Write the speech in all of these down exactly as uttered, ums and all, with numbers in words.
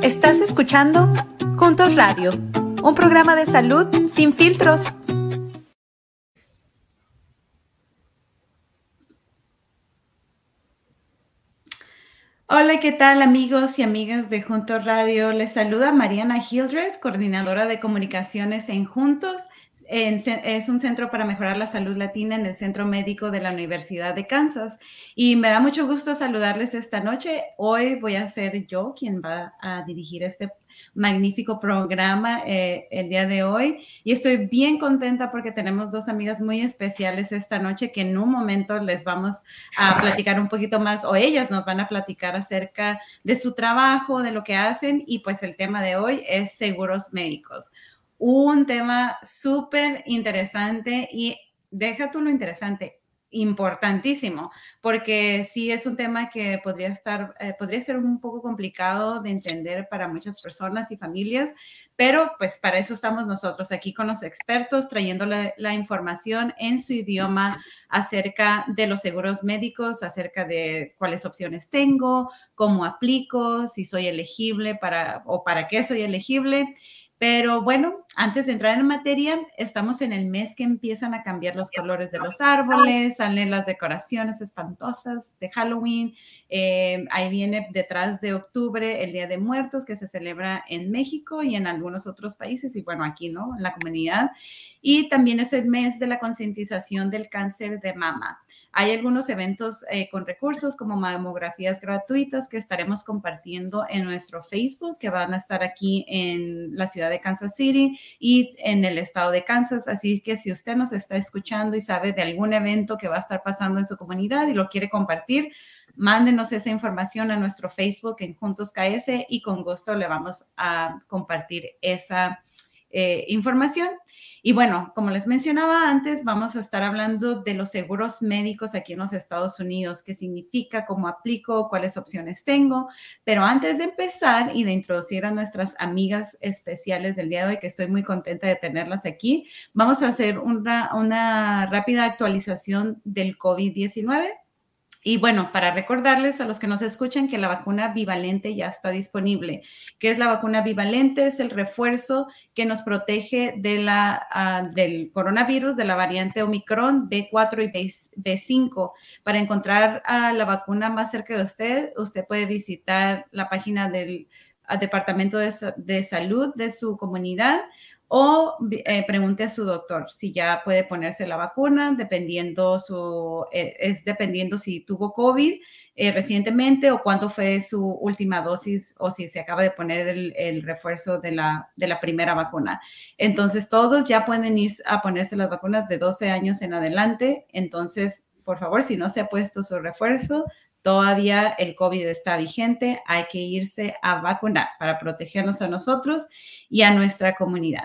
Estás escuchando Juntos Radio, un programa de salud sin filtros. Hola, ¿qué tal amigos y amigas de Juntos Radio? Les saluda Mariana Hildred, coordinadora de comunicaciones en Juntos. En, es un centro para mejorar la salud latina en el Centro Médico de la Universidad de Kansas. Y me da mucho gusto saludarles esta noche. Hoy voy a ser yo quien va a dirigir este magnífico programa eh, el día de hoy. Y estoy bien contenta porque tenemos dos amigas muy especiales esta noche que en un momento les vamos a platicar un poquito más, o ellas nos van a platicar acerca de su trabajo, de lo que hacen. Y pues el tema de hoy es seguros médicos. Un tema súper interesante y deja tú lo interesante, importantísimo, porque sí es un tema que podría estar, eh, podría ser un poco complicado de entender para muchas personas y familias, pero pues para eso estamos nosotros aquí con los expertos, trayéndole la información en su idioma acerca de los seguros médicos, acerca de cuáles opciones tengo, cómo aplico, si soy elegible para o para qué soy elegible. Pero bueno, antes de entrar en materia, estamos en el mes que empiezan a cambiar los colores de los árboles, salen las decoraciones espantosas de Halloween. Eh, ahí viene detrás de octubre el Día de Muertos, que se celebra en México y en algunos otros países, y bueno, aquí, ¿no? En la comunidad. Y también es el mes de la concientización del cáncer de mama. Hay algunos eventos eh, con recursos como mamografías gratuitas que estaremos compartiendo en nuestro Facebook, que van a estar aquí en la ciudad de Kansas City y en el estado de Kansas. Así que si usted nos está escuchando y sabe de algún evento que va a estar pasando en su comunidad y lo quiere compartir, mándenos esa información a nuestro Facebook en Juntos K S y con gusto le vamos a compartir esa eh, información. Y bueno, como les mencionaba antes, vamos a estar hablando de los seguros médicos aquí en los Estados Unidos, qué significa, cómo aplico, cuáles opciones tengo. Pero antes de empezar y de introducir a nuestras amigas especiales del día de hoy, que estoy muy contenta de tenerlas aquí, vamos a hacer una, una rápida actualización del COVID diecinueve. Y bueno, para recordarles a los que nos escuchan que la vacuna bivalente ya está disponible. ¿Qué es la vacuna bivalente? Es el refuerzo que nos protege de la, uh, del coronavirus, de la variante Omicron, B cuatro y B cinco. Para encontrar uh, la vacuna más cerca de usted, usted puede visitar la página del uh, Departamento de, de Salud de su comunidad, o eh, pregunte a su doctor si ya puede ponerse la vacuna, dependiendo su, eh, es dependiendo si tuvo COVID eh, recientemente o cuánto fue su última dosis o si se acaba de poner el, el refuerzo de la, de la primera vacuna. Entonces, todos ya pueden ir a ponerse las vacunas de doce años en adelante. Entonces, por favor, si no se ha puesto su refuerzo, todavía el COVID está vigente, hay que irse a vacunar para protegernos a nosotros y a nuestra comunidad.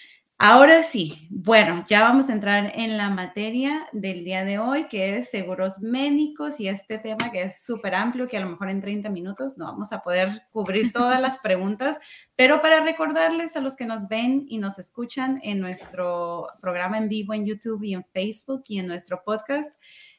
Ahora sí, bueno, ya vamos a entrar en la materia del día de hoy, que es seguros médicos y este tema que es súper amplio, que a lo mejor en treinta minutos no vamos a poder cubrir todas las preguntas, pero para recordarles a los que nos ven y nos escuchan en nuestro programa en vivo en YouTube y en Facebook y en nuestro podcast,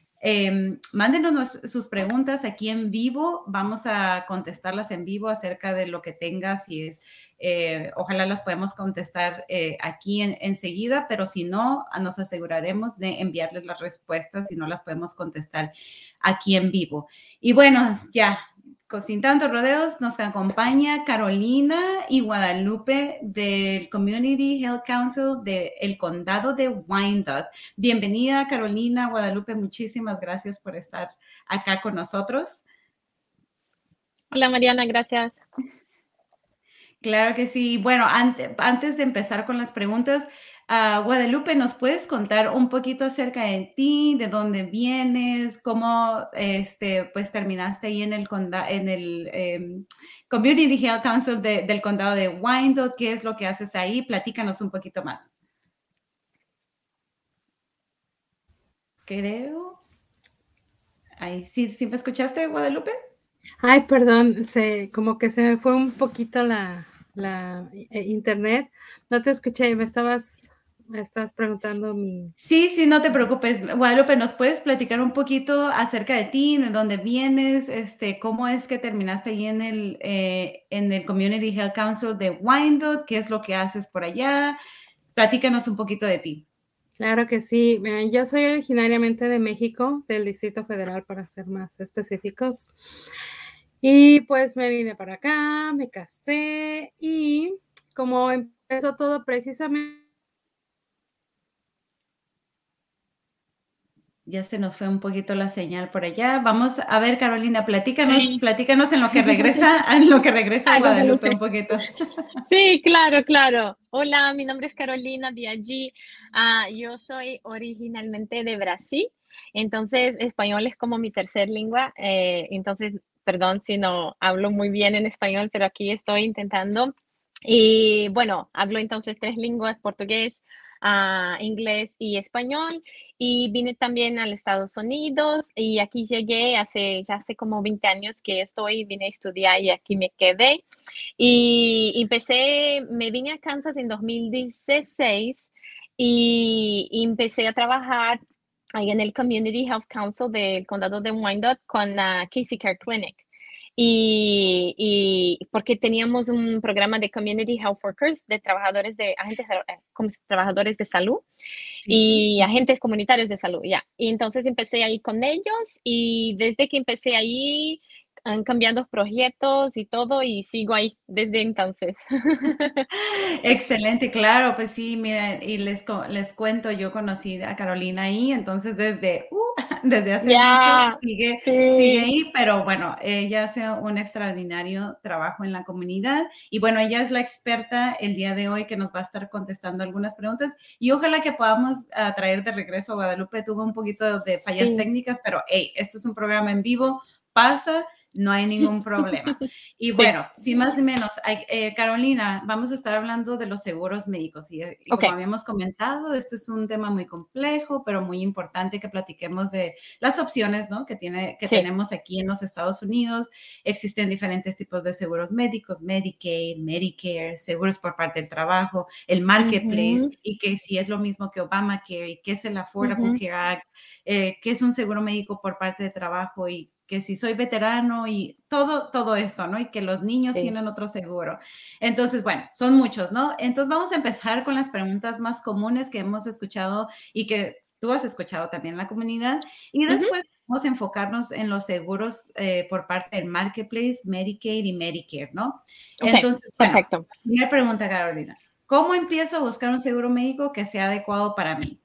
Eh, mándenos sus preguntas aquí en vivo, vamos a contestarlas en vivo acerca de lo que tenga, si es, eh, ojalá las podemos contestar eh, aquí en, enseguida, pero si no, nos aseguraremos de enviarles las respuestas si no las podemos contestar aquí en vivo. Y bueno, ya, sin tantos rodeos, nos acompaña Carolina y Guadalupe del Community Health Council del condado de Wyandotte. Bienvenida, Carolina, Guadalupe, muchísimas gracias por estar acá con nosotros. Hola, Mariana, gracias. Claro que sí. Bueno, ante, antes de empezar con las preguntas, uh, Guadalupe, ¿nos puedes contar un poquito acerca de ti, de dónde vienes, cómo este, pues, terminaste ahí en el, conda en el eh, Community Health Council de, del condado de Wyandotte? ¿Qué es lo que haces ahí? Platícanos un poquito más. Creo. Ahí, ¿sí, ¿sí me escuchaste, Guadalupe? Ay, perdón, se, como que se me fue un poquito la, la eh, internet. No te escuché, me estabas me estás preguntando mi... Sí, sí, no te preocupes. Guadalupe, ¿nos puedes platicar un poquito acerca de ti, de dónde vienes, este, cómo es que terminaste ahí en el, eh, en el Community Health Council de Wyandotte? ¿Qué es lo que haces por allá? Platícanos un poquito de ti. Claro que sí. Miren, yo soy originariamente de México, del Distrito Federal, para ser más específicos. Y pues me vine para acá, me casé y como empezó todo precisamente... Ya se nos fue un poquito la señal por allá. Vamos a ver, Carolina, platícanos, Sí. platícanos en lo que regresa, en lo que regresa a Ah, Guadalupe un Guadalupe. poquito. Sí, claro, claro. Hola, mi nombre es Carolina Biaggi. Ah, yo soy originalmente de Brasil, entonces español es como mi tercer lengua. Eh, entonces, perdón si no hablo muy bien en español, pero aquí estoy intentando. Y bueno, hablo entonces tres lenguas: portugués, ah, inglés y español. Y vine también a los Estados Unidos y aquí llegué hace ya hace como veinte años que estoy, vine a estudiar y aquí me quedé. Y empecé, me vine a Kansas en dos mil dieciséis y, y empecé a trabajar ahí en el Community Health Council del condado de Wyandotte con la Casey Care Clinic. Y, y porque teníamos un programa de Community Health Workers, de trabajadores de agentes, eh, como trabajadores de salud Sí, sí. y agentes comunitarios de salud, ya. Y entonces empecé ahí con ellos y desde que empecé ahí han cambiado proyectos y todo y sigo ahí desde entonces. Excelente, claro, pues sí, mira, y les, co- les cuento, yo conocí a Carolina ahí, entonces desde, uh, desde hace mucho Ya, sigue, sigue sí, ahí, pero bueno, ella hace un extraordinario trabajo en la comunidad y bueno, ella es la experta el día de hoy que nos va a estar contestando algunas preguntas y ojalá que podamos uh, traer de regreso a Guadalupe. Tuvo un poquito de fallas sí, técnicas, pero hey, esto es un programa en vivo, pasa, no hay ningún problema. Y sí, bueno, sin más ni menos, hay- eh, Carolina, vamos a estar hablando de los seguros médicos. Y, y como okey, habíamos comentado, esto es un tema muy complejo, pero muy importante que platiquemos de las opciones, ¿no? que, tiene, que sí, tenemos aquí en los Estados Unidos. Existen diferentes tipos de seguros médicos: Medicaid, Medicare, seguros por parte del trabajo, el Marketplace, ujú, y que si es lo mismo que Obamacare, y qué es el Affordable ujú, Care Act, eh, qué es un seguro médico por parte de trabajo, y que si soy veterano y todo, todo esto, ¿no? Y que los niños sí, tienen otro seguro. Entonces, bueno, son muchos, ¿no? Entonces vamos a empezar con las preguntas más comunes que hemos escuchado y que tú has escuchado también en la comunidad. Y ujú, después vamos a enfocarnos en los seguros eh, por parte del Marketplace, Medicaid y Medicare, ¿no? okey, Entonces, bueno, perfecto. primera pregunta, Carolina. ¿Cómo empiezo a buscar un seguro médico que sea adecuado para mí?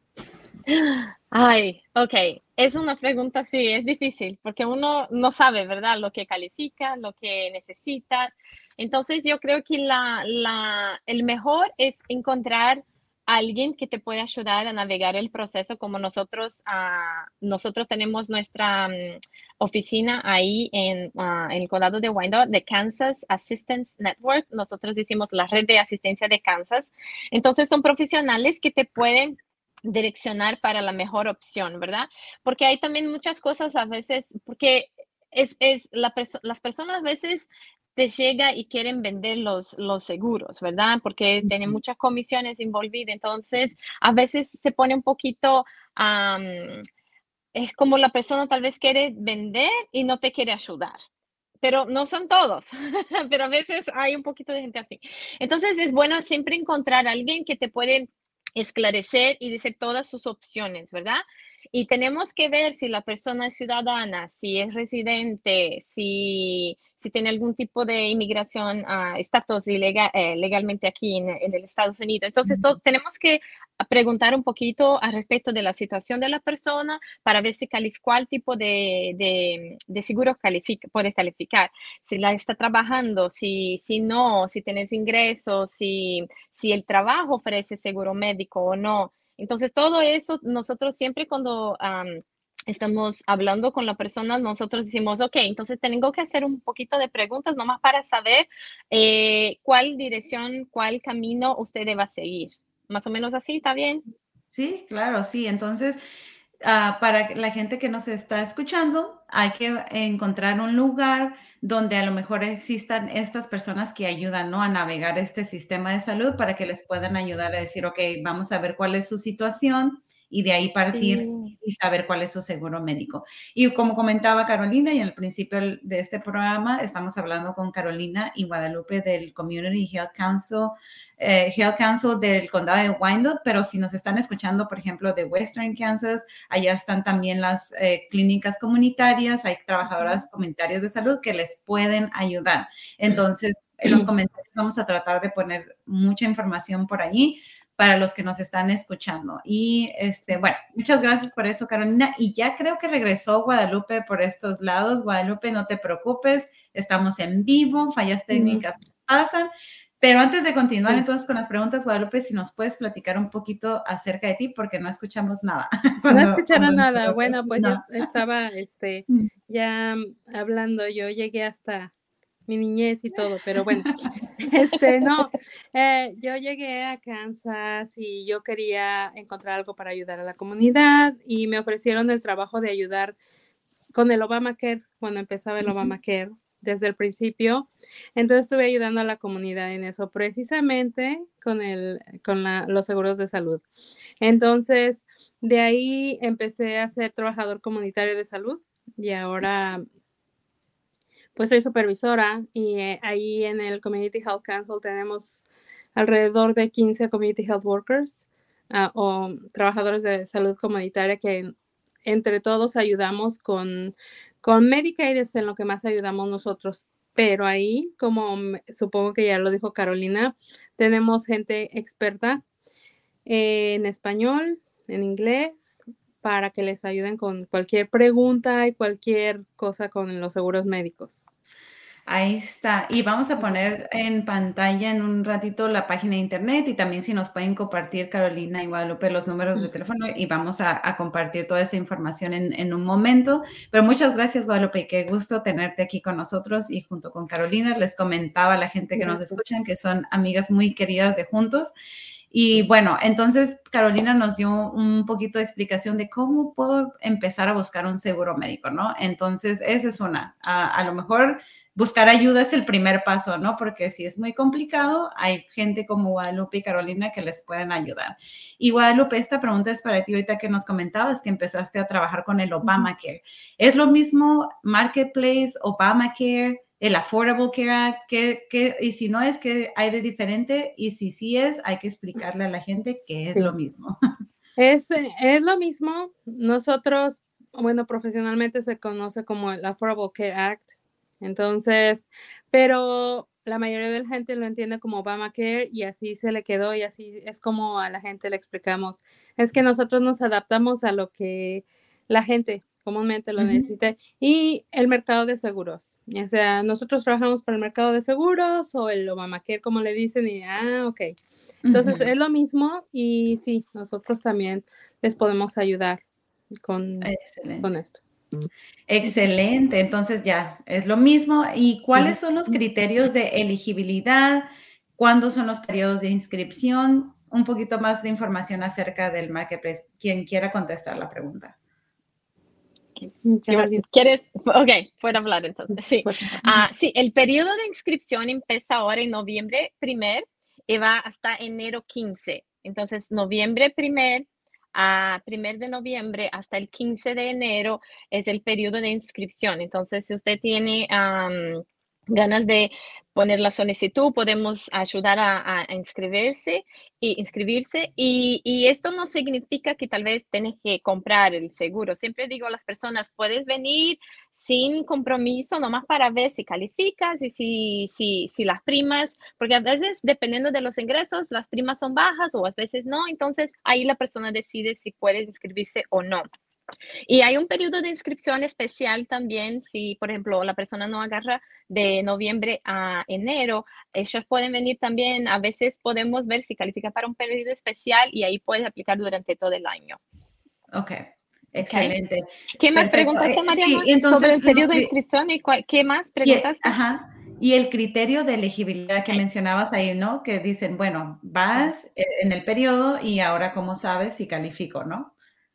Ay, okey, es una pregunta, sí, es difícil, porque uno no sabe, ¿verdad?, lo que califica, lo que necesita. Entonces, yo creo que la la el mejor es encontrar a alguien que te pueda ayudar a navegar el proceso, como nosotros, ah, nosotros tenemos nuestra, mm, oficina ahí en, ah, en el condado de Wyandotte, de Kansas Assistance Network. Nosotros decimos la red de asistencia de Kansas. Entonces, son profesionales que te pueden direccionar para la mejor opción, ¿verdad? Porque hay también muchas cosas a veces, porque es, es la perso- las personas a veces te llega y quieren vender los, los seguros, ¿verdad? Porque tienen Ujú. muchas comisiones involucradas, entonces a veces se pone un poquito, am, es como la persona tal vez quiere vender y no te quiere ayudar. Pero no son todos, pero a veces hay un poquito de gente así. Entonces es bueno siempre encontrar a alguien que te puede esclarecer y decir todas sus opciones, ¿verdad? Y tenemos que ver si la persona es ciudadana, si es residente, si, si tiene algún tipo de inmigración, ah, estatus ilegal, eh, legalmente aquí en, en el Estados Unidos. Entonces to- tenemos que preguntar un poquito al respecto de la situación de la persona para ver si califica, cuál tipo de, de, de seguro califica, puede calificar, si la está trabajando, si, si no, si tienes ingresos, si, si el trabajo ofrece seguro médico o no. Entonces, todo eso, nosotros siempre cuando am, estamos hablando con la persona, nosotros decimos, ok, entonces tengo que hacer un poquito de preguntas nomás para saber eh, cuál dirección, cuál camino usted deba seguir. Más o menos así, ¿está bien? Sí, claro, sí. Entonces, ah, para la gente que nos está escuchando, hay que encontrar un lugar donde a lo mejor existan estas personas que ayudan, ¿no?, a navegar este sistema de salud para que les puedan ayudar a decir, okey, vamos a ver cuál es su situación y de ahí partir Sí, y saber cuál es su seguro médico. Y como comentaba Carolina, y al principio de este programa estamos hablando con Carolina y Guadalupe del Community Health Council, eh, Health Council del condado de Wyandotte, pero si nos están escuchando, por ejemplo, de Western Kansas, allá están también las eh, clínicas comunitarias, hay trabajadoras comunitarias de salud que les pueden ayudar. Entonces, en los comentarios vamos a tratar de poner mucha información por allí para los que nos están escuchando. Y este, bueno, muchas gracias por eso, Carolina. Y ya creo que regresó Guadalupe por estos lados. Guadalupe, no te preocupes, estamos en vivo, fallas técnicas pasan. Pero antes de continuar Sí. entonces con las preguntas, Guadalupe, si nos puedes platicar un poquito acerca de ti, porque no escuchamos nada. No Cuando- escucharon cuando- nada. Bueno, pues no. ya estaba este, ya hablando. Yo llegué hasta mi niñez y todo, pero bueno, este, no, eh, yo llegué a Kansas y yo quería encontrar algo para ayudar a la comunidad y me ofrecieron el trabajo de ayudar con el Obamacare, cuando empezaba el Ujú. Obamacare, desde el principio. Entonces estuve ayudando a la comunidad en eso, precisamente con, el, con la, los seguros de salud. Entonces, de ahí empecé a ser trabajador comunitario de salud y ahora pues soy supervisora y eh, ahí en el Community Health Council tenemos alrededor de quince Community Health Workers uh, o trabajadores de salud comunitaria que entre todos ayudamos con, con Medicaid, es en lo que más ayudamos nosotros. Pero ahí, como supongo que ya lo dijo Carolina, tenemos gente experta en español, en inglés, para que les ayuden con cualquier pregunta y cualquier cosa con los seguros médicos. Ahí está. Y vamos a poner en pantalla en un ratito la página de internet y también si nos pueden compartir, Carolina y Guadalupe, los números de teléfono y vamos a, a compartir toda esa información en, en un momento. Pero muchas gracias, Guadalupe. Qué gusto tenerte aquí con nosotros y junto con Carolina. Les comentaba a la gente que nos Gracias. escuchan que son amigas muy queridas de Juntos. Y bueno, entonces Carolina nos dio un poquito de explicación de cómo puedo empezar a buscar un seguro médico, ¿no? Entonces, esa es una. A, a lo mejor buscar ayuda es el primer paso, ¿no? Porque si es muy complicado, hay gente como Guadalupe y Carolina que les pueden ayudar. Y Guadalupe, esta pregunta es para ti ahorita que nos comentabas que empezaste a trabajar con el Obamacare. ¿Es lo mismo Marketplace, Obamacare, el Affordable Care Act? ¿Qué, qué, y si no es, ¿qué hay de diferente? Y si sí es, hay que explicarle a la gente que es Sí. lo mismo. Es, es lo mismo. Nosotros, bueno, profesionalmente se conoce como el Affordable Care Act. Entonces, pero la mayoría de la gente lo entiende como Obamacare y así se le quedó y así es como a la gente le explicamos. Es que nosotros nos adaptamos a lo que la gente comúnmente lo Ujú. necesita y el mercado de seguros. O sea, nosotros trabajamos para el mercado de seguros o el Obamacare, como le dicen, y ah, ok. Entonces, Ujú. es lo mismo y sí, nosotros también les podemos ayudar con, Excelente. con esto. Excelente, entonces ya es lo mismo. ¿Y cuáles son los criterios de elegibilidad? ¿Cuándo son los periodos de inscripción? Un poquito más de información acerca del Marketplace. Quien quiera contestar la pregunta. Carolina. ¿Quieres? Ok, puedo hablar entonces. Sí. Bueno, Ah, sí, el periodo de inscripción empieza ahora en noviembre primero y va hasta enero quince. Entonces, noviembre primero a primero de noviembre hasta el quince de enero es el periodo de inscripción. Entonces, si usted tiene am, ganas de poner la solicitud, podemos ayudar a, a inscribirse y inscribirse. Y, y esto no significa que tal vez tienes que comprar el seguro. Siempre digo a las personas, puedes venir sin compromiso, nomás para ver si calificas y si, si, si las primas, porque a veces dependiendo de los ingresos, las primas son bajas o a veces no, entonces ahí la persona decide si puede inscribirse o no. Y hay un periodo de inscripción especial también, si por ejemplo la persona no agarra de noviembre a enero, ellos pueden venir también, a veces podemos ver si califica para un periodo especial y ahí puedes aplicar durante todo el año. Ok, excelente. ¿Qué más Perfecto. preguntaste, Eh, Mariana? sí, entonces Sobre el los periodo de cri- inscripción y cuál- qué más Y, eh, preguntaste. ajá, y el criterio de elegibilidad que Ok. mencionabas ahí, ¿no? Que dicen, bueno, vas eh, en el periodo y ahora cómo sabes si califico, ¿no?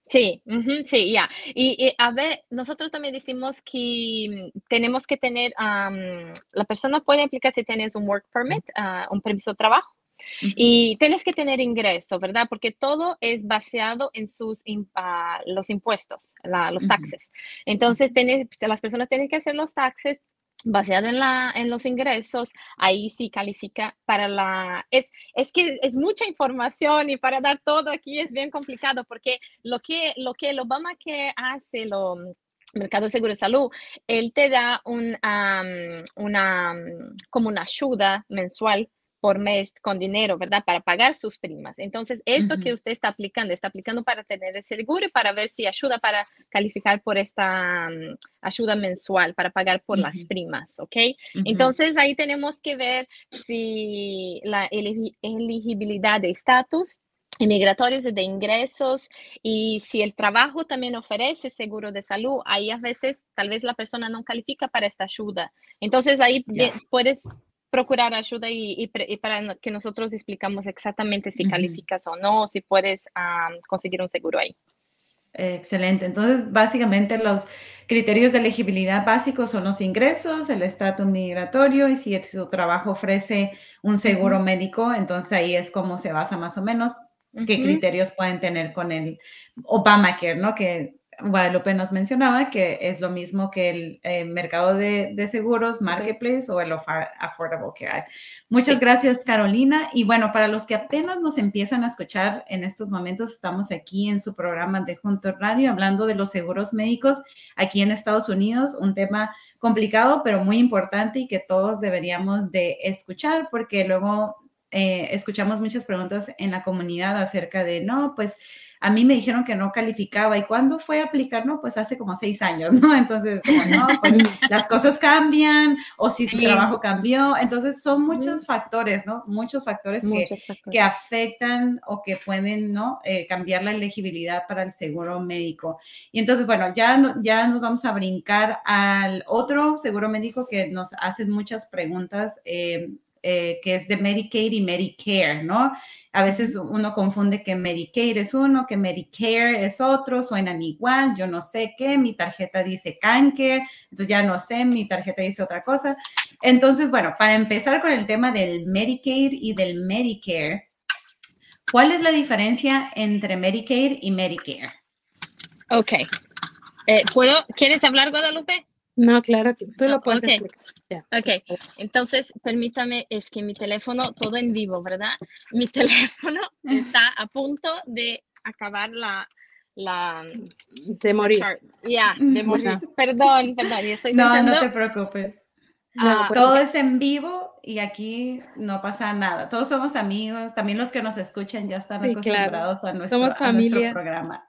Sí, ujú, sí, ya. Y, y a ver, nosotros también decimos que mm, tenemos que tener, am, la persona puede aplicar si tienes un work permit, ah, un permiso de trabajo, Ujú, y tienes que tener ingreso, ¿verdad? Porque todo es baseado en sus, im- ah, los impuestos, la- los ujú, taxes. Entonces, tienes- las personas tienen que hacer los taxes basado en la, en los ingresos, ahí sí califica para la, es, es que es mucha información y para dar todo aquí es bien complicado porque lo que, lo que el Obamacare hace, lo, Mercado de Seguro de Salud, él te da un, am, una, mm, como una ayuda mensual por mes con dinero, ¿verdad? Para pagar sus primas. Entonces, esto que ujú, usted está aplicando, está aplicando para tener el seguro y para ver si ayuda para calificar por esta mm, ayuda mensual, para pagar por las ujú, primas, ¿ok? ujú. Entonces, ahí tenemos que ver si la eligi- elegibilidad de estatus migratorios y de ingresos y si el trabajo también ofrece seguro de salud, ahí a veces tal vez la persona no califica para esta ayuda. Entonces ahí Ya. bien, puedes procurar ayuda y, y, pre- y para no- que nosotros explicamos exactamente si Ujú. calificas o no, o si puedes am, conseguir un seguro ahí. Excelente. Entonces, básicamente los criterios de elegibilidad básicos son los ingresos, el estatus migratorio y si su trabajo ofrece un seguro Ujú, médico, entonces ahí es como se basa más o menos qué ujú, criterios pueden tener con el Obamacare, ¿no? Que Guadalupe nos mencionaba que es lo mismo que el eh, mercado de, de seguros, ok. Marketplace o el Affa- Affordable Care Act. Muchas Sí. gracias, Carolina. Y bueno, para los que apenas nos empiezan a escuchar en estos momentos, estamos aquí en su programa de Juntos Radio hablando de los seguros médicos aquí en Estados Unidos, un tema complicado, pero muy importante y que todos deberíamos de escuchar porque luego eh, escuchamos muchas preguntas en la comunidad acerca de, no, pues a mí me dijeron que no calificaba. ¿Y cuándo fue a aplicar? No, pues hace como seis años, ¿no? Entonces, como, no, pues las cosas cambian o si su Sí, trabajo cambió. Entonces, son ujú, muchos factores, ¿no? Muchos factores que, muchos que factores. afectan o que pueden, ¿no? Eh, cambiar la elegibilidad para el seguro médico. Y entonces, bueno, ya, no, ya nos vamos a brincar al otro seguro médico que nos hacen muchas preguntas. Eh, eh, que es de Medicaid y Medicare, ¿no? A veces Ujú. uno confunde que Medicaid es uno, que Medicare es otro, suenan igual, yo no sé qué, mi tarjeta dice CanCare, entonces ya no sé, mi tarjeta dice otra cosa. Entonces, bueno, para empezar con el tema del Medicaid y del Medicare, ¿cuál es la diferencia entre Medicaid y Medicare? Ok. Eh, ¿puedo? ¿Quieres hablar, Guadalupe? No, claro que tú lo Oh, puedes ok. explicar. Ya, por Ok, favor. entonces permítame, es que mi teléfono, todo en vivo, ¿verdad? Mi teléfono está a punto de acabar la, la, De la morir. chart, ya, de morir. Bueno, Perdón, perdón, y estoy No, no te intentando, preocupes. no, ah, pues ok, Todo es en vivo y aquí no pasa nada. Todos somos amigos. También los que nos escuchan ya están sí, claro. acostumbrados a nuestro, Somos a nuestro familia. programa.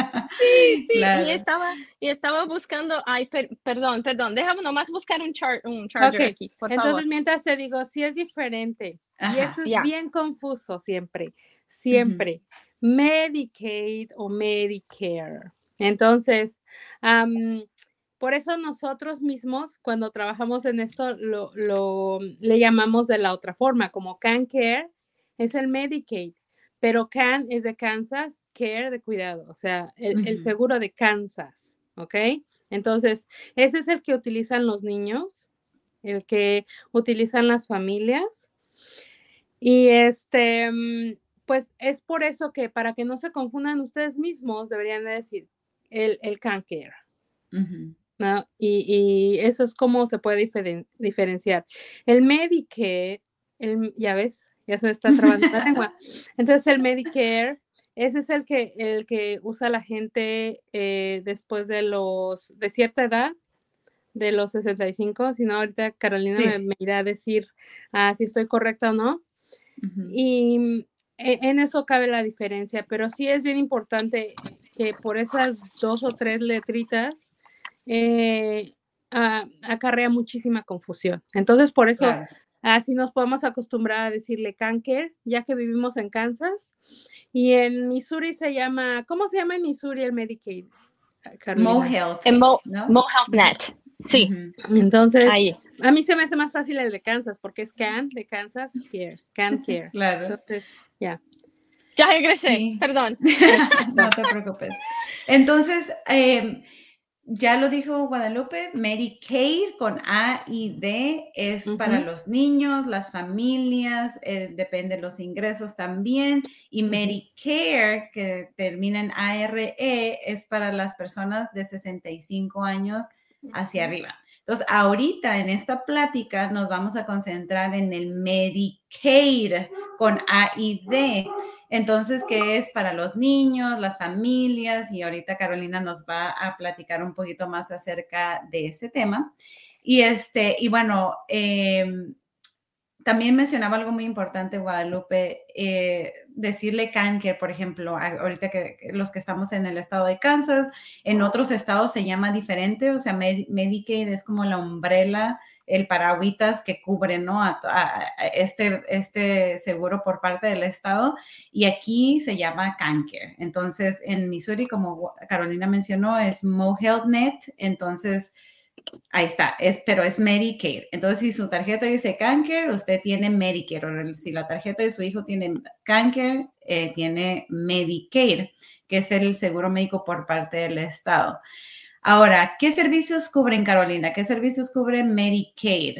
sí, sí, y Claro. estaba, y estaba buscando, ay, per- perdón, perdón, déjame nomás buscar un chart, un charger Ok, aquí, por favor. entonces mientras te digo, sí es diferente. Y esto Ajá. es Ya, bien confuso siempre, Ujú, siempre. Medicaid o Medicare. Entonces, am, por eso nosotros mismos, cuando trabajamos en esto, lo, lo le llamamos de la otra forma, como CanCare es el Medicaid, pero Can es de Kansas, Care de cuidado, o sea, el, el ujú, seguro de Kansas, ¿ok? Entonces, ese es el que utilizan los niños, el que utilizan las familias. Y este, mm, pues es por eso que para que no se confundan ustedes mismos, deberían de decir el, el can care, ujú, ¿no? Y, y eso es como se puede diferen- diferenciar. El Medicare, el, ya ves, ya se me está trabando la lengua. Entonces el Medicare, ese es el que, el que usa la gente eh, después de los, de cierta edad de los sesenta y cinco, si no, ahorita Carolina me, Sí. me irá a decir ah, si estoy correcta o no. Ujú, Y mm, e- en eso cabe la diferencia, pero sí es bien importante que por esas dos o tres letritas eh, ah, acarrea muchísima confusión. Entonces, por eso claro. así nos podemos acostumbrar a decirle CanCare, ya que vivimos en Kansas. Y en Missouri se llama, ¿cómo se llama en Missouri el Medicaid, Mo Carolina? Health, en Mo, ¿no? Mo Health Net, sí, Ujú. Entonces, ahí. a mí se me hace más fácil el de Kansas, porque es Can de Kansas, Care, Can Care. Claro. Entonces, ya. Ya regresé, Sí. perdón. No te preocupes. Entonces, eh, ya lo dijo Guadalupe, Medicaid con A y D es uh-huh. para los niños, las familias, eh, depende de los ingresos también. Y uh-huh. Medicare, que termina en A R E, es para las personas de sesenta y cinco años hacia uh-huh. arriba. Entonces, ahorita en esta plática nos vamos a concentrar en el Medicaid con A y D. Entonces, ¿qué es para los niños, las familias? Y ahorita Carolina nos va a platicar un poquito más acerca de ese tema. Y, este, y bueno, eh, también mencionaba algo muy importante, Guadalupe, eh, decirle cáncer, por ejemplo, ahorita que, que los que estamos en el estado de Kansas, en otros estados se llama diferente, o sea, Med- Medicaid es como la umbrella, el paragüitas que cubre, ¿no? A, a, a este, este seguro por parte del estado, y aquí se llama cáncer. Entonces, en Missouri, como Carolina mencionó, es MoHealthNet, entonces ahí está, es, pero es Medicaid. Entonces, si su tarjeta dice cáncer, usted tiene Medicare. O si la tarjeta de su hijo tiene cáncer, eh, tiene Medicaid, que es el seguro médico por parte del estado. Ahora, ¿qué servicios cubren, Carolina? ¿Qué servicios cubre Medicaid?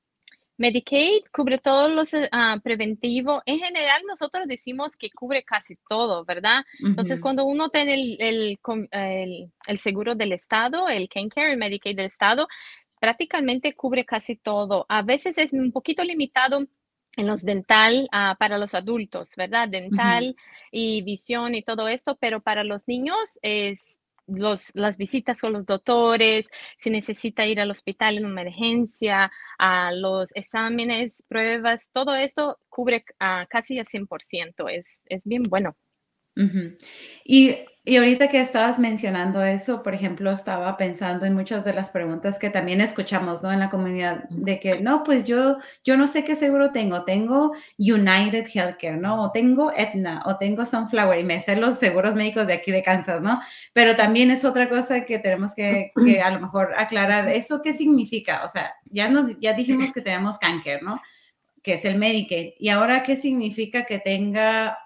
Medicaid cubre todos los uh, preventivos. En general, nosotros decimos que cubre casi todo, ¿verdad? Uh-huh. Entonces, cuando uno tiene el, el, el, el seguro del Estado, el Care, el Medicaid del Estado, prácticamente cubre casi todo. A veces es un poquito limitado en los dental uh, para los adultos, ¿verdad? Dental uh-huh. y visión y todo esto, pero para los niños es... Los, las visitas con los doctores, si necesita ir al hospital en emergencia, a los exámenes, pruebas, todo esto cubre uh, casi al cien por ciento. Es, es bien bueno. Uh-huh. Y, y ahorita que estabas mencionando eso, por ejemplo, estaba pensando en muchas de las preguntas que también escuchamos, ¿no? En la comunidad, de que, no, pues yo, yo no sé qué seguro tengo, tengo United Healthcare, ¿no? O tengo Aetna, o tengo Sunflower, y me sé los seguros médicos de aquí de Kansas, ¿no? Pero también es otra cosa que tenemos que, que a lo mejor aclarar, ¿eso qué significa? O sea, ya, nos, ya dijimos que tenemos cáncer, ¿no? Que es el Medicaid, y ahora, ¿qué significa que tenga...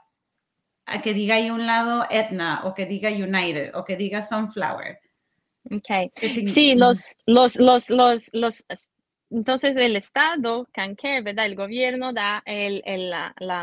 a que diga ahí un lado Aetna, o que diga United, o que diga Sunflower? Okay. Sí, los, los, los, los, los, entonces el Estado, CanCare, ¿verdad? El gobierno da el, el, la, la,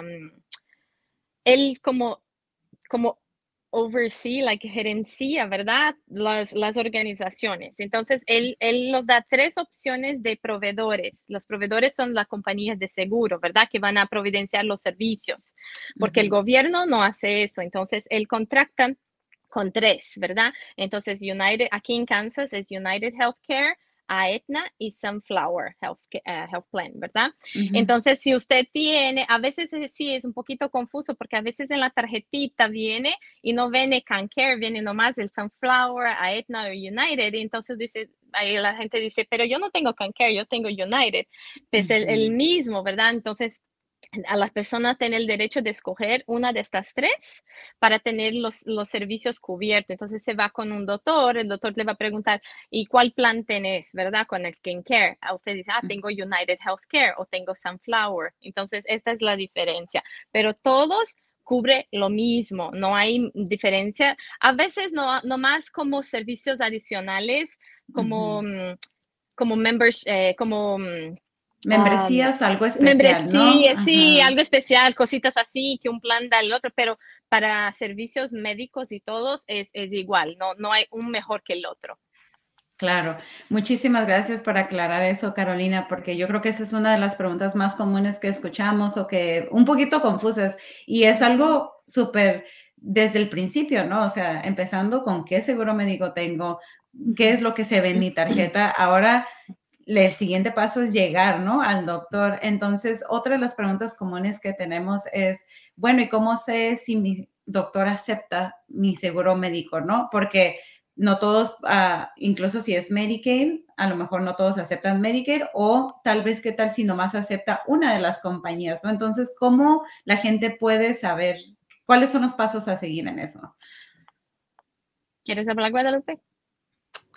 el como, como oversee, like gerencia, ¿verdad? Las, las organizaciones. Entonces, él, él nos da tres opciones de proveedores. Los proveedores son las compañías de seguro, ¿verdad? Que van a providenciar los servicios, porque uh-huh. el gobierno no hace eso. Entonces, él contrata con tres, ¿verdad? Entonces, United, aquí en Kansas es United Healthcare, Aetna y Sunflower Health, uh, Health Plan, ¿verdad? Uh-huh. Entonces, si usted tiene, a veces sí es un poquito confuso porque a veces en la tarjetita viene y no viene CanCare, viene nomás el Sunflower, Aetna o United, y entonces dice, ahí la gente dice, pero yo no tengo CanCare, yo tengo United, pues uh-huh. el, el mismo, ¿verdad? Entonces, a las personas tienen el derecho de escoger una de estas tres para tener los, los servicios cubiertos. Entonces se va con un doctor, el doctor le va a preguntar, ¿y cuál plan tenés, verdad? Con el CanCare. A usted dice, ah, tengo United Healthcare o tengo Sunflower. Entonces esta es la diferencia. Pero todos cubre lo mismo, no hay diferencia. A veces no, no más como servicios adicionales, como, uh-huh. como members, eh, como... Membresías, um, algo especial, membresía, ¿no? Sí, Ajá. algo especial, cositas así, que un plan da al otro, pero para servicios médicos y todos es, es igual, no, no hay un mejor que el otro. Claro, muchísimas gracias por aclarar eso, Carolina, porque yo creo que esa es una de las preguntas más comunes que escuchamos o que un poquito confusas, y es algo súper desde el principio, ¿no? O sea, empezando con qué seguro médico tengo, qué es lo que se ve en mi tarjeta. Ahora, el siguiente paso es llegar, ¿no? Al doctor. Entonces, otra de las preguntas comunes que tenemos es, bueno, ¿y cómo sé si mi doctor acepta mi seguro médico, ¿no? Porque no todos, uh, incluso si es Medicaid, a lo mejor no todos aceptan Medicaid, o tal vez qué tal si nomás acepta una de las compañías, ¿no? Entonces, ¿cómo la gente puede saber cuáles son los pasos a seguir en eso? ¿Quieres hablar, Guadalupe?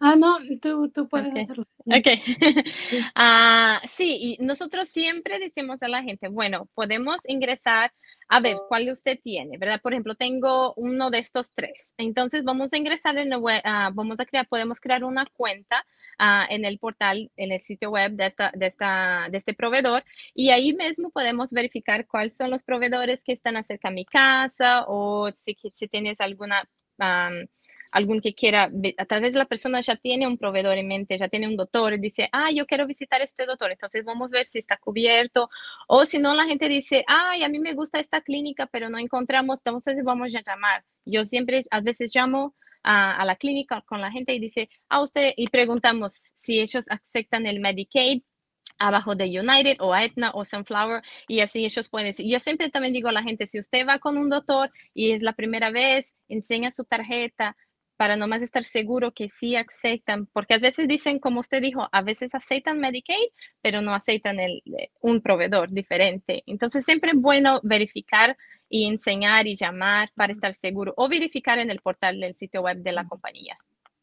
Ah, no, tú tú puedes Okay, hacerlo. okay. Sí. Ah, sí, y nosotros siempre decimos a la gente, bueno, podemos ingresar a ver cuál usted tiene, ¿verdad? Por ejemplo, tengo uno de estos tres. Entonces, vamos a ingresar en el web, ah, vamos a crear, podemos crear una cuenta ah, en el portal, en el sitio web de, esta, de, esta, de este proveedor y ahí mismo podemos verificar cuáles son los proveedores que están cerca a mi casa o si, si tienes alguna... am, algún que quiera, a tal vez la persona ya tiene un proveedor en mente, ya tiene un doctor, y dice, ah, yo quiero visitar este doctor, entonces vamos a ver si está cubierto, o si no, la gente dice, ay, a mí me gusta esta clínica, pero no encontramos, entonces vamos a llamar. Yo siempre, a veces llamo a, a la clínica con la gente y dice, ah, usted, y preguntamos si ellos aceptan el Medicaid, abajo de United o Aetna o Sunflower y así ellos pueden decir. Yo siempre también digo a la gente, si usted va con un doctor y es la primera vez, enseña su tarjeta para nomás estar seguro que sí aceptan, porque a veces dicen, como usted dijo, a veces aceptan Medicaid, pero no aceptan el, un proveedor diferente. Entonces siempre es bueno verificar y enseñar y llamar para estar seguro o verificar en el portal del sitio web de la compañía.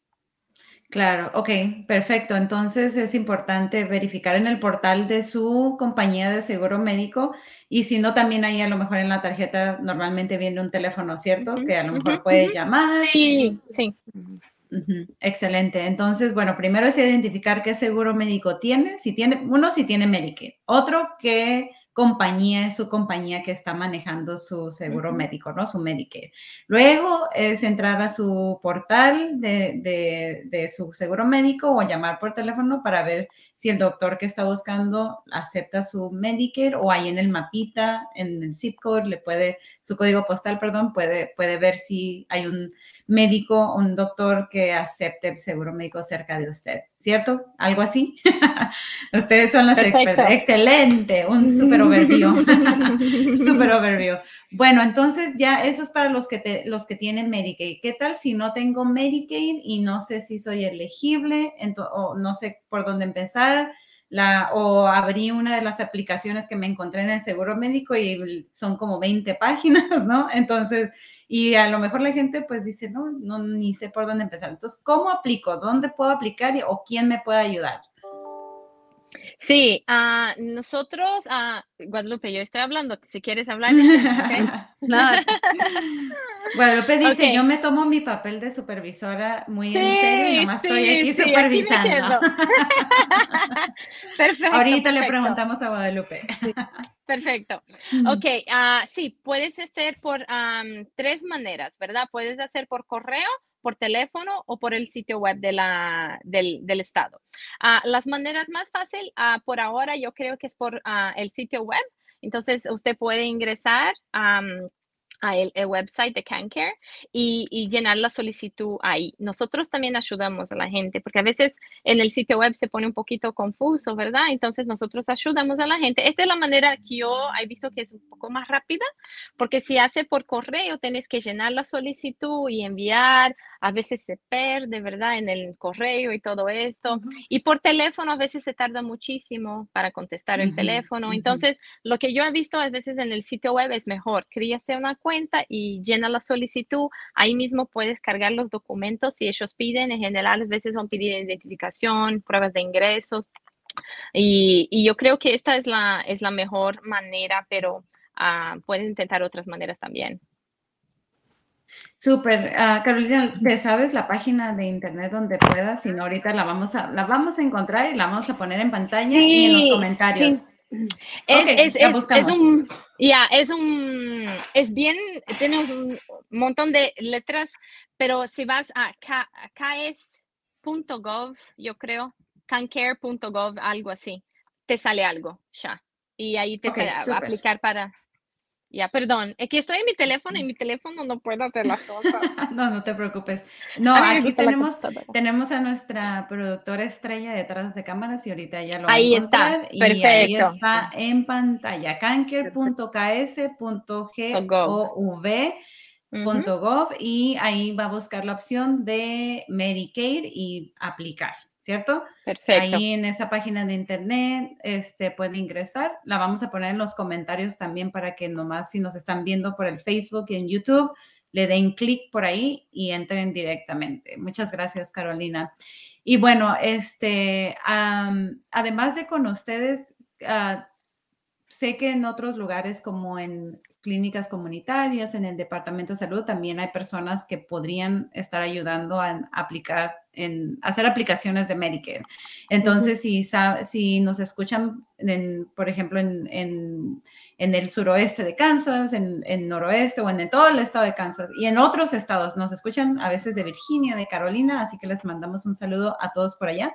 Claro, ok, perfecto. Entonces es importante verificar en el portal de su compañía de seguro médico y si no, también ahí a lo mejor en la tarjeta normalmente viene un teléfono, ¿cierto? Uh-huh, Que a lo uh-huh, mejor puede uh-huh. llamar. Sí, sí. Uh-huh. Excelente. Entonces, bueno, primero es identificar qué seguro médico tiene. Si tiene, uno, si tiene Medicaid. Otro, qué compañía es su compañía que está manejando su seguro Uh-huh. médico, ¿no? Su Medicaid. Luego es entrar a su portal de, de, de su seguro médico o llamar por teléfono para ver si el doctor que está buscando acepta su Medicaid o ahí en el mapita, en el zip code, le puede, su código postal, perdón, puede, puede ver si hay un médico, un doctor que acepte el seguro médico cerca de usted, ¿cierto? ¿Algo así? Ustedes son las Perfecto. expertas. Excelente, un super overview. Super overview. Bueno, entonces ya eso es para los que, te, los que tienen Medicaid. ¿Qué tal si no tengo Medicaid y no sé si soy elegible o no sé por dónde empezar? La, o abrí una de las aplicaciones que me encontré en el seguro médico y son como veinte páginas, ¿no? Entonces, y a lo mejor la gente pues dice, no, no, ni sé por dónde empezar. Entonces, ¿cómo aplico? ¿Dónde puedo aplicar y, o quién me puede ayudar? Sí, uh, nosotros, uh, Guadalupe, yo estoy hablando, si quieres hablar, decime, ¿ok? Claro. Guadalupe dice, Okay. yo me tomo mi papel de supervisora muy en serio y Sí, nomás estoy sí, aquí sí, aquí me supervisando. quedo. Perfecto, Ahorita perfecto. le preguntamos a Guadalupe. Sí. Perfecto. Ok, uh, sí, puedes hacer por um, tres maneras, ¿verdad? Puedes hacer por correo, por teléfono o por el sitio web de la, del, del estado. Uh, las maneras más fácil uh, por ahora yo creo que es por uh, el sitio web. Entonces usted puede ingresar um, a el, el website de CanCare y, y llenar la solicitud ahí. Nosotros también ayudamos a la gente porque a veces en el sitio web se pone un poquito confuso, ¿verdad? Entonces nosotros ayudamos a la gente. Esta es la manera que yo he visto que es un poco más rápida, porque si hace por correo, tenés que llenar la solicitud y enviar, a veces se pierde, ¿verdad? En el correo y todo esto. Uh-huh. Y por teléfono a veces se tarda muchísimo para contestar el uh-huh, teléfono. Uh-huh. Entonces, lo que yo he visto a veces en el sitio web es mejor. Críase una cuenta y llena la solicitud. Ahí mismo puedes cargar los documentos si ellos piden. En general, a veces son pedidos de identificación, pruebas de ingresos. Y, y yo creo que esta es la, es la mejor manera, pero uh, pueden intentar otras maneras también. Súper. Uh, Carolina, ¿te sabes la página de internet donde puedas? Si no, ahorita la vamos a, la vamos a encontrar y la vamos a poner en pantalla sí, y en los comentarios. Sí. Es, okay, es, la es, buscamos. es un, ya, yeah, es un, es bien, tiene un montón de letras, pero si vas a k e s punto gov, yo creo, cancare punto gov, algo así, te sale algo ya. Y ahí te okay, sale a aplicar para... Ya, perdón, es que estoy en mi teléfono y mi teléfono no puedo hacer las cosas. No, no te preocupes. No, aquí tenemos, tenemos a nuestra productora estrella detrás de cámaras y ahorita ya lo va ahí a encontrar. Está, y perfecto. ahí está en pantalla, cancare punto k s punto gov punto gov y ahí va a buscar la opción de Medicaid y aplicar, ¿cierto? Perfecto. Ahí en esa página de internet este, puede ingresar. La vamos a poner en los comentarios también para que nomás si nos están viendo por el Facebook y en YouTube, le den clic por ahí y entren directamente. Muchas gracias, Carolina. Y bueno, este, um, además de con ustedes, uh, sé que en otros lugares como en clínicas comunitarias, en el Departamento de Salud, también hay personas que podrían estar ayudando a aplicar, en hacer aplicaciones de Medicare. Entonces, uh-huh. si, si nos escuchan, en, por ejemplo, en, en, en el suroeste de Kansas, en, en noroeste o en, en todo el estado de Kansas y en otros estados, nos escuchan a veces de Virginia, de Carolina, así que les mandamos un saludo a todos por allá.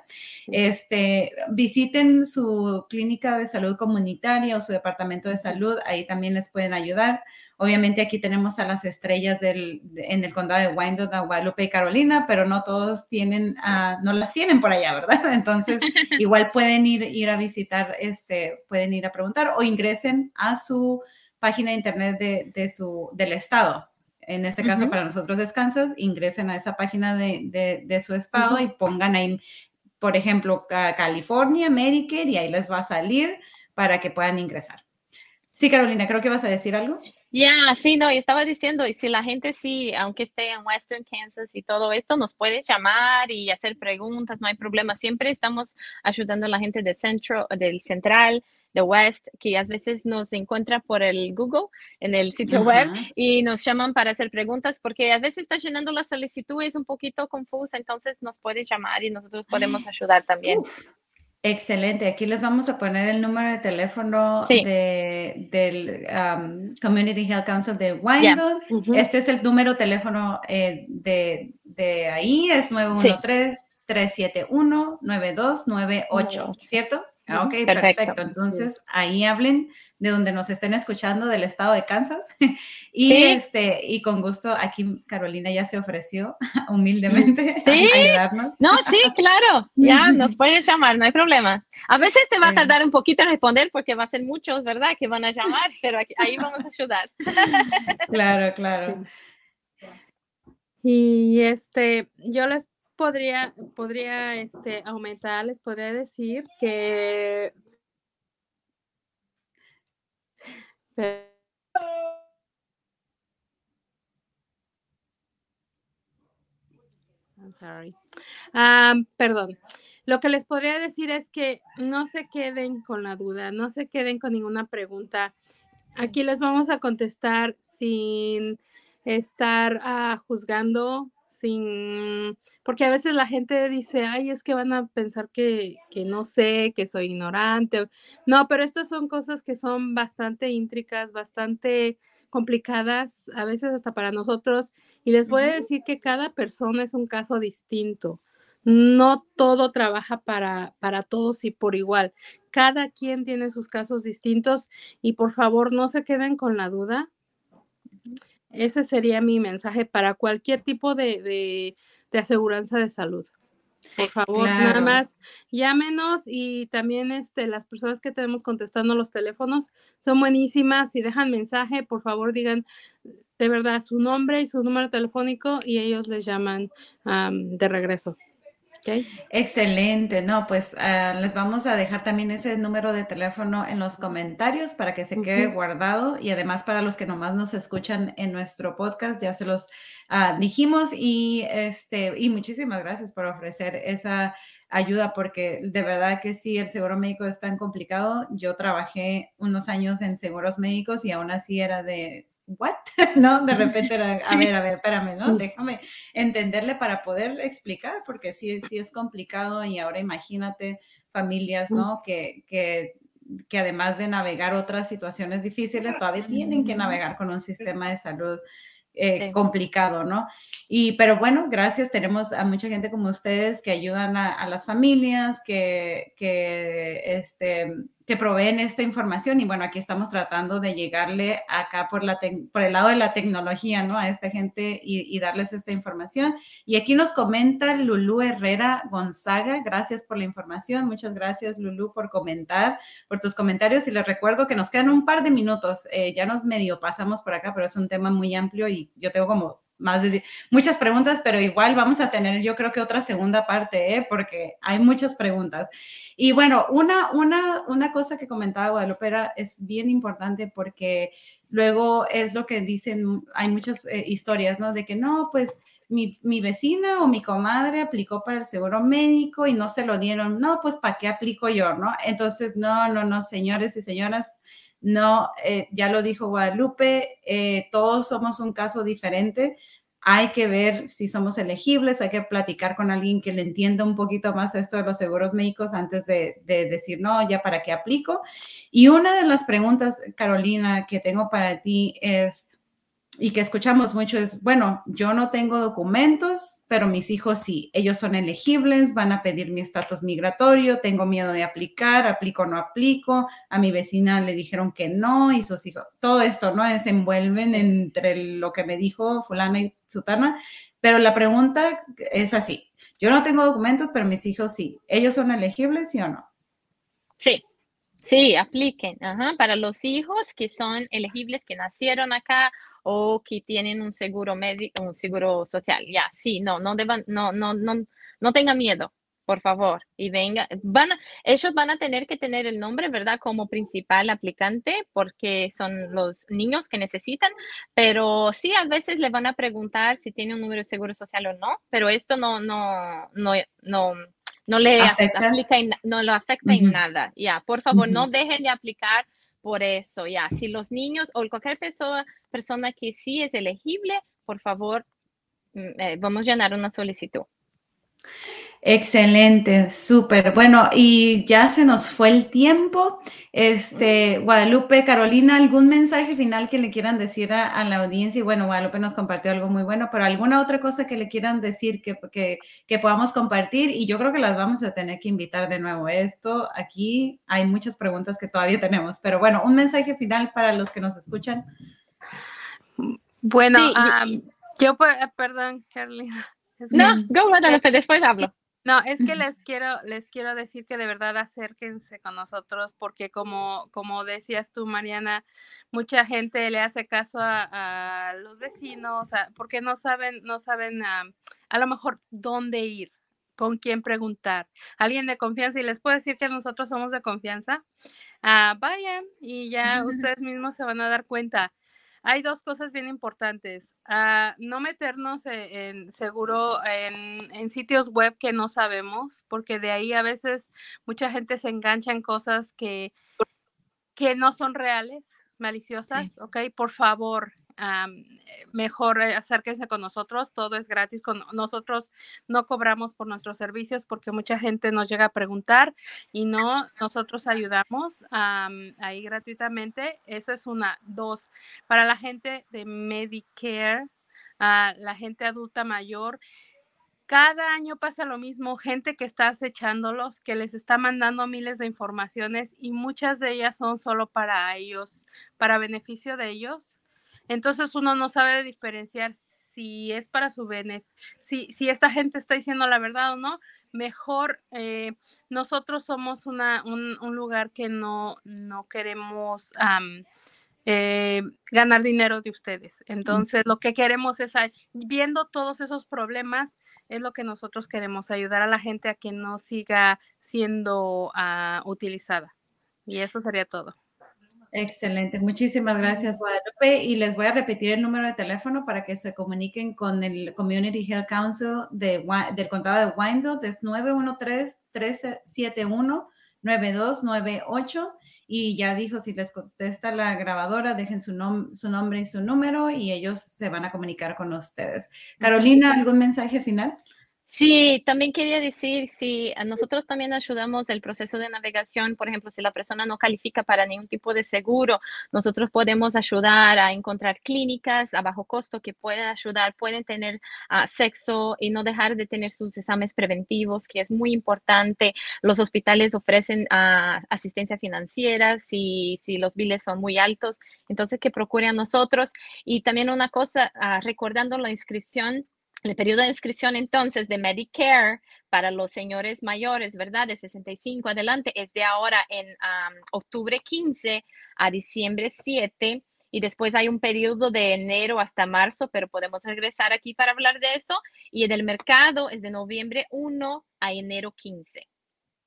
Este, visiten su clínica de salud comunitaria o su departamento de salud, ahí también les pueden ayudar. Obviamente aquí tenemos a las estrellas del, en el condado de Wyandotte, Guadalupe y Carolina, pero no todos tienen, uh, no las tienen por allá, ¿verdad? Entonces, igual pueden ir, ir a visitar, este, pueden ir a preguntar o ingresen a su página de internet de, de su, del estado. En este caso, uh-huh. para nosotros es Kansas, ingresen a esa página de, de, de su estado uh-huh. y pongan ahí, por ejemplo, California, Medicare, y ahí les va a salir para que puedan ingresar. Sí, Carolina, creo que vas a decir algo. Ya, yeah, sí, no, yo estaba diciendo, y si la gente sí, aunque esté en Western Kansas y todo esto, nos puede llamar y hacer preguntas, no hay problema. Siempre estamos ayudando a la gente de centro, del central, de West, que a veces nos encuentra por el Google, en el sitio uh-huh. web, y nos llaman para hacer preguntas, porque a veces está llenando la solicitud, es un poquito confusa, entonces nos puede llamar y nosotros podemos ayudar también. Uf. Excelente. Aquí les vamos a poner el número de teléfono sí. de, del um, Community Health Council de Wyandotte. Yeah. Uh-huh. Este es el número de teléfono eh, de, de ahí, es nueve uno tres, tres siete uno, nueve dos nueve ocho, sí. ¿cierto? Ah, ok, perfecto. perfecto. Entonces, sí. ahí hablen de donde nos estén escuchando del estado de Kansas. y, ¿Sí? este, y con gusto, aquí Carolina ya se ofreció humildemente ¿Sí? a ayudarnos. No, sí, claro. Ya, nos pueden llamar, no hay problema. A veces te va a tardar un poquito en responder porque va a ser muchos, ¿verdad? Que van a llamar, pero aquí, ahí vamos a ayudar. Claro, claro. Y este, yo les podría, podría este, aumentar, les podría decir que I'm sorry. Um, perdón. Lo que les podría decir es que no se queden con la duda, no se queden con ninguna pregunta. Aquí les vamos a contestar sin estar uh, juzgando, sin, porque a veces la gente dice, ay, es que van a pensar que, que no sé, que soy ignorante. No, pero estas son cosas que son bastante íntricas, bastante complicadas, a veces hasta para nosotros. Y les voy a decir que cada persona es un caso distinto. No todo trabaja para, para todos y por igual. Cada quien tiene sus casos distintos y por favor no se queden con la duda. Ese sería mi mensaje para cualquier tipo de, de, de aseguranza de salud. Por favor, claro. nada más llámenos y también este, las personas que tenemos contestando los teléfonos son buenísimas. Si dejan mensaje, por favor digan de verdad su nombre y su número telefónico y ellos les llaman um, de regreso. Okay. Excelente, no, pues uh, les vamos a dejar también ese número de teléfono en los comentarios para que se quede uh-huh. guardado y además para los que nomás nos escuchan en nuestro podcast ya se los uh, dijimos y este y muchísimas gracias por ofrecer esa ayuda porque de verdad que sí, el seguro médico es tan complicado. Yo trabajé unos años en seguros médicos y aún así era de ¿what? ¿No? De repente era, a ver, a ver, espérame, ¿no? Déjame entenderle para poder explicar, porque sí, sí es complicado y ahora imagínate familias, ¿no? Que, que, que además de navegar otras situaciones difíciles, todavía tienen que navegar con un sistema de salud eh, sí. complicado, ¿no? Y, pero bueno, gracias, tenemos a mucha gente como ustedes que ayudan a, a las familias, que, que, este, que proveen esta información y bueno, aquí estamos tratando de llegarle acá por, la te- por el lado de la tecnología, ¿no? A esta gente y, y darles esta información. Y aquí nos comenta Lulú Herrera Gonzaga, gracias por la información, muchas gracias Lulú por comentar, por tus comentarios y les recuerdo que nos quedan un par de minutos, eh, ya nos medio pasamos por acá, pero es un tema muy amplio y yo tengo como más de muchas preguntas, pero igual vamos a tener yo creo que otra segunda parte, ¿eh? Porque hay muchas preguntas. Y bueno, una, una, una cosa que comentaba Guadalupe era, es bien importante porque luego es lo que dicen, hay muchas eh, historias, ¿no? De que no, pues mi, mi vecina o mi comadre aplicó para el seguro médico y no se lo dieron. No, pues ¿para qué aplico yo, no? Entonces, no, no, no, señores y señoras, no, eh, ya lo dijo Guadalupe, eh, todos somos un caso diferente. Hay que ver si somos elegibles, hay que platicar con alguien que le entienda un poquito más esto de los seguros médicos antes de, de decir, no, ya para qué aplico. Y una de las preguntas, Carolina, que tengo para ti es, y que escuchamos mucho es, bueno, yo no tengo documentos, pero mis hijos sí, ellos son elegibles, van a pedir mi estatus migratorio, tengo miedo de aplicar, aplico o no aplico, a mi vecina le dijeron que no y sus hijos, todo esto, ¿no? Se envuelven entre lo que me dijo fulana y sutana, pero la pregunta es así, yo no tengo documentos, pero mis hijos sí, ¿ellos son elegibles, sí o no? Sí. Sí, apliquen, ajá, para los hijos que son elegibles, que nacieron acá o que tienen un seguro médico, un seguro social. Ya, sí, no, no deban, no, no, no, no tengan miedo, por favor. Y venga, van a, ellos van a tener que tener el nombre, ¿verdad? Como principal aplicante, porque son los niños que necesitan, pero sí, a veces le van a preguntar si tiene un número de seguro social o no, pero esto no, no, no, no no le ¿Afecta? aplica en, no lo afecta Uh-huh. en nada. Ya, por favor, Uh-huh. no dejen de aplicar por eso. Ya, si los niños o cualquier persona, persona que sí es elegible, por favor, eh, vamos a llenar una solicitud. Excelente, súper. Bueno, y ya se nos fue el tiempo. Este, Guadalupe, Carolina, ¿algún mensaje final que le quieran decir a, a la audiencia? Y bueno, Guadalupe nos compartió algo muy bueno, pero alguna otra cosa que le quieran decir que, que, que podamos compartir, y yo creo que las vamos a tener que invitar de nuevo. Esto, aquí hay muchas preguntas que todavía tenemos, pero bueno, un mensaje final para los que nos escuchan. Bueno, sí, um, yo, perdón, Carolina. Es no, que, go, Guadalupe, después hablo. No, es que les quiero, les quiero decir que de verdad acérquense con nosotros porque como, como decías tú, Mariana, mucha gente le hace caso a, a los vecinos a, porque no saben, no saben um, a lo mejor dónde ir, con quién preguntar. Alguien de confianza, y les puedo decir que nosotros somos de confianza. Uh, vayan y ya ustedes mismos se van a dar cuenta. Hay dos cosas bien importantes. Uh, no meternos en, en seguro en, en sitios web que no sabemos, porque de ahí a veces mucha gente se engancha en cosas que, que no son reales, maliciosas. Sí. Ok, por favor, um, mejor acérquense con nosotros. Todo es gratis. Con nosotros no cobramos por nuestros servicios porque mucha gente nos llega a preguntar y no, nosotros ayudamos um, ahí gratuitamente. Eso es una. Dos, para la gente de Medicare, uh, la gente adulta mayor, cada año pasa lo mismo, gente que está acechándolos, que les está mandando miles de informaciones y muchas de ellas son solo para ellos, para beneficio de ellos. Entonces uno no sabe diferenciar si es para su beneficio, si, si esta gente está diciendo la verdad o no. Mejor, eh, nosotros somos una, un, un lugar que no, no queremos um, eh, ganar dinero de ustedes. Entonces, lo que queremos es, viendo todos esos problemas, es lo que nosotros queremos, ayudar a la gente a que no siga siendo uh, utilizada. Y eso sería todo. Excelente, muchísimas gracias, Guadalupe. Y les voy a repetir el número de teléfono para que se comuniquen con el Community Health Council de, del condado de Wyandotte. Es nueve uno tres, tres siete uno, nueve dos nueve ocho. Y ya dijo, si les contesta la grabadora, dejen su, nom su nombre y su número y ellos se van a comunicar con ustedes. Carolina, ¿algún mensaje final? Sí, también quería decir, si nosotros también ayudamos el proceso de navegación, por ejemplo, si la persona no califica para ningún tipo de seguro, nosotros podemos ayudar a encontrar clínicas a bajo costo que pueden ayudar, pueden tener uh, sexo y no dejar de tener sus exámenes preventivos, que es muy importante. Los hospitales ofrecen uh, asistencia financiera si, si los biles son muy altos, entonces que procuren a nosotros. Y también una cosa, uh, recordando la inscripción, el periodo de inscripción entonces de Medicare para los señores mayores, ¿verdad? De sesenta y cinco adelante es de ahora en um, octubre quince a diciembre siete y después hay un periodo de enero hasta marzo, pero podemos regresar aquí para hablar de eso. Y en el mercado es de noviembre uno a enero quince.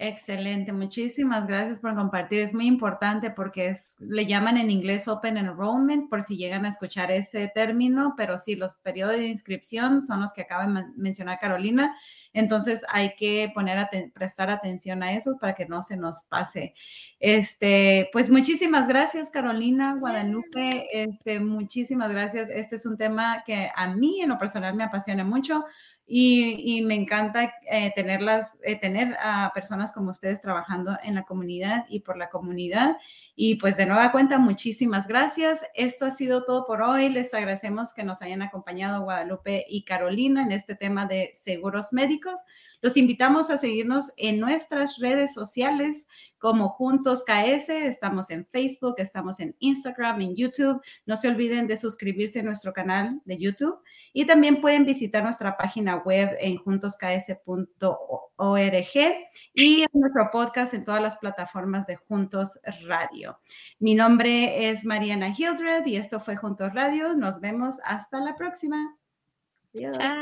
Excelente, muchísimas gracias por compartir. Es muy importante porque es, le llaman en inglés Open Enrollment, por si llegan a escuchar ese término, pero sí, los periodos de inscripción son los que acaba de mencionar Carolina, entonces hay que poner aten prestar atención a esos para que no se nos pase. Este, pues muchísimas gracias, Carolina, Guadalupe, este, muchísimas gracias. Este es un tema que a mí en lo personal me apasiona mucho. Y, y me encanta eh, tenerlas, eh, tener a personas como ustedes trabajando en la comunidad y por la comunidad. Y pues de nueva cuenta, muchísimas gracias. Esto ha sido todo por hoy. Les agradecemos que nos hayan acompañado Guadalupe y Carolina en este tema de seguros médicos. Los invitamos a seguirnos en nuestras redes sociales como Juntos K S. Estamos en Facebook, estamos en Instagram, en YouTube. No se olviden de suscribirse a nuestro canal de YouTube. Y también pueden visitar nuestra página web en juntos k s punto org y nuestro podcast en todas las plataformas de Juntos Radio. Mi nombre es Mariana Hildred y esto fue Juntos Radio. Nos vemos hasta la próxima. Adiós. Chao.